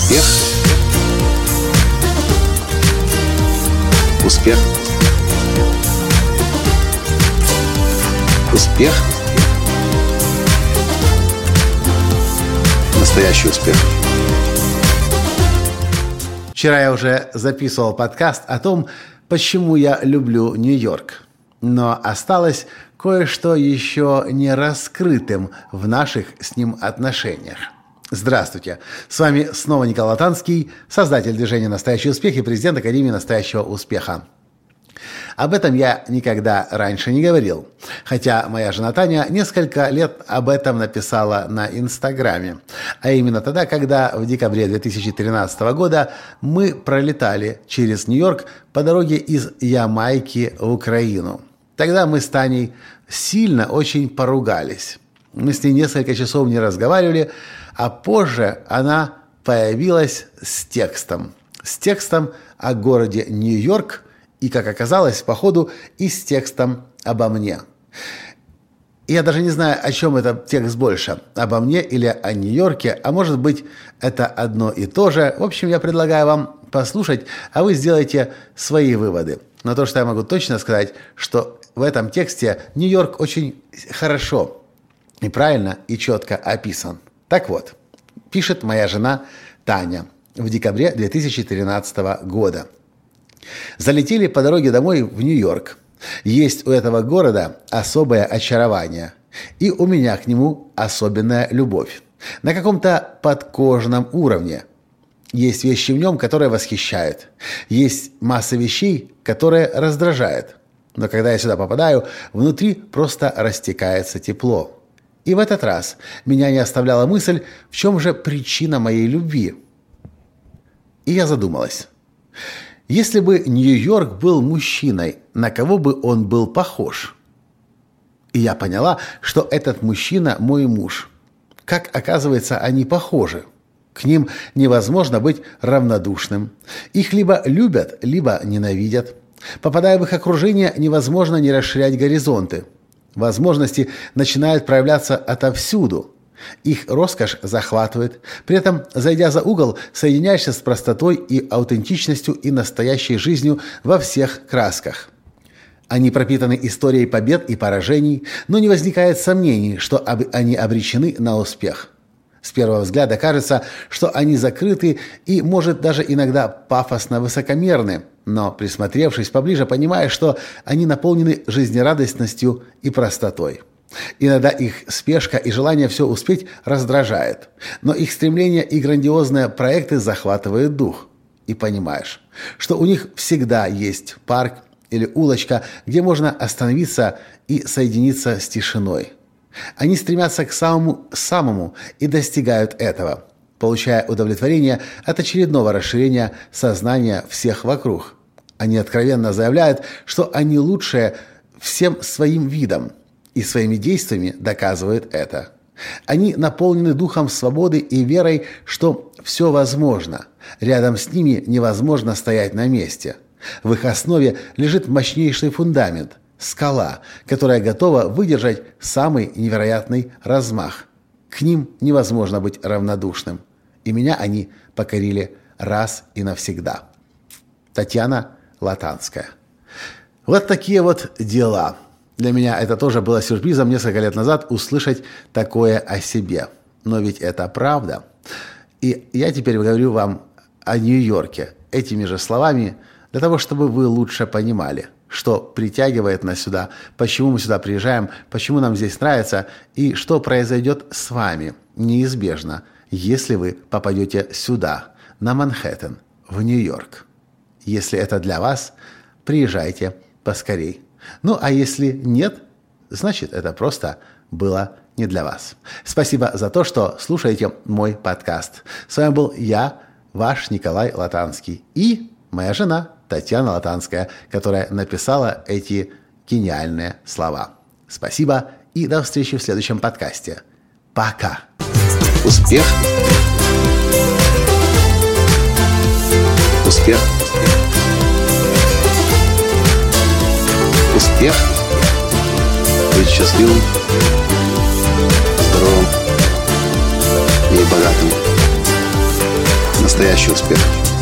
Успех. Успех. Успех. Настоящий успех. Вчера я уже записывал подкаст о том, почему я люблю Нью-Йорк. Но осталось кое-что еще не раскрытым в наших с ним отношениях. Здравствуйте! С вами снова Николай Латанский, создатель движения «Настоящий успех» и президент Академии настоящего успеха. Об этом я никогда раньше не говорил, хотя моя жена Таня несколько лет об этом написала на Инстаграме. А именно тогда, когда в декабре 2013 года мы пролетали через Нью-Йорк по дороге из Ямайки в Украину. Тогда мы с Таней сильно очень поругались. Мы с ней несколько часов не разговаривали, а позже она появилась с текстом о городе Нью-Йорк и, как оказалось, по ходу и с текстом обо мне. Я даже не знаю, о чем этот текст больше, обо мне или о Нью-Йорке, а может быть, это одно и то же. В общем, я предлагаю вам послушать, а вы сделайте свои выводы. Но то, что я могу точно сказать, что в этом тексте Нью-Йорк очень хорошо и правильно и четко описан. Так вот, пишет моя жена Таня в декабре 2013 года. Залетели по дороге домой в Нью-Йорк. Есть у этого города особое очарование. И у меня к нему особенная любовь. На каком-то подкожном уровне. Есть вещи в нем, которые восхищают. Есть масса вещей, которые раздражают. Но когда я сюда попадаю, внутри просто растекается тепло. И в этот раз меня не оставляла мысль, в чем же причина моей любви. И я задумалась. Если бы Нью-Йорк был мужчиной, на кого бы он был похож? И я поняла, что этот мужчина мой муж. Как оказывается, они похожи. К ним невозможно быть равнодушным. Их либо любят, либо ненавидят. Попадая в их окружение, невозможно не расширять горизонты. Возможности начинают проявляться отовсюду. Их роскошь захватывает. При этом, зайдя за угол, соединяешься с простотой и аутентичностью и настоящей жизнью во всех красках. Они пропитаны историей побед и поражений, но не возникает сомнений, что они обречены на успех. С первого взгляда кажется, что они закрыты и, может, даже иногда пафосно высокомерны, но, присмотревшись поближе, понимаешь, что они наполнены жизнерадостностью и простотой. Иногда их спешка и желание все успеть раздражает, но их стремление и грандиозные проекты захватывают дух. И понимаешь, что у них всегда есть парк или улочка, где можно остановиться и соединиться с тишиной. Они стремятся к самому и достигают этого, получая удовлетворение от очередного расширения сознания всех вокруг. Они откровенно заявляют, что они лучшие всем своим видом, и своими действиями доказывают это. Они наполнены духом свободы и верой, что все возможно. Рядом с ними невозможно стоять на месте. В их основе лежит мощнейший фундамент – скала, которая готова выдержать самый невероятный размах. К ним невозможно быть равнодушным. И меня они покорили раз и навсегда. Татьяна Латанская. Вот такие вот дела. Для меня это тоже было сюрпризом несколько лет назад услышать такое о себе. Но ведь это правда. И я теперь говорю вам о Нью-Йорке этими же словами, для того, чтобы вы лучше понимали, что притягивает нас сюда, почему мы сюда приезжаем, почему нам здесь нравится и что произойдет с вами неизбежно, если вы попадете сюда, на Манхэттен, в Нью-Йорк. Если это для вас, приезжайте поскорей. Ну, а если нет, значит, это просто было не для вас. Спасибо за то, что слушаете мой подкаст. С вами был я, ваш Николай Латанский, и моя жена Татьяна Латанская, которая написала эти гениальные слова. Спасибо и до встречи в следующем подкасте. Пока! Успех. Успех. Успех. Быть счастливым, здоровым и богатым. Настоящий успех.